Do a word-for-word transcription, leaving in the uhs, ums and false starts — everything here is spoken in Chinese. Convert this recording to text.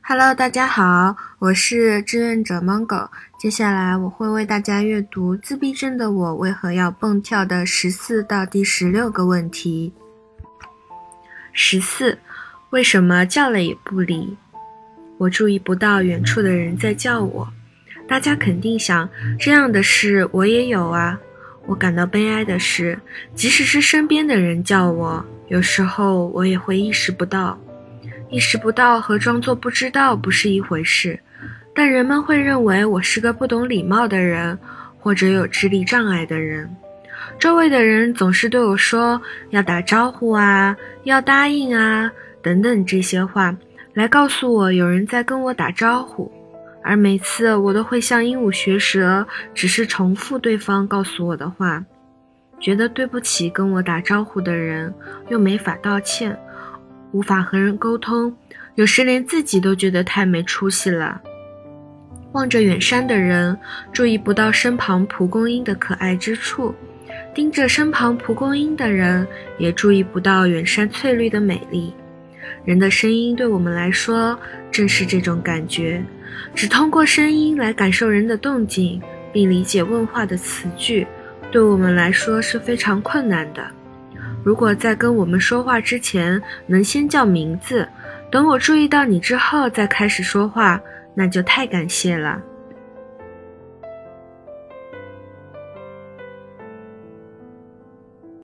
Hello，大家好，我是志愿者 Mongo。接下来我会为大家阅读自闭症的我为何要蹦跳的十四到第十六个问题。十四，为什么叫了也不理？我注意不到远处的人在叫我，大家肯定想，这样的事我也有啊。我感到悲哀的是，即使是身边的人叫我，有时候我也会意识不到。意识不到和装作不知道不是一回事，但人们会认为我是个不懂礼貌的人，或者有智力障碍的人。周围的人总是对我说要打招呼啊，要答应啊，等等这些话，来告诉我有人在跟我打招呼。而每次我都会像鹦鹉学舌，只是重复对方告诉我的话，觉得对不起跟我打招呼的人，又没法道歉，无法和人沟通，有时连自己都觉得太没出息了。望着远山的人，注意不到身旁蒲公英的可爱之处，盯着身旁蒲公英的人，也注意不到远山翠绿的美丽。人的声音对我们来说正是这种感觉，只通过声音来感受人的动静，并理解问话的词句，对我们来说是非常困难的。如果在跟我们说话之前能先叫名字，等我注意到你之后再开始说话，那就太感谢了。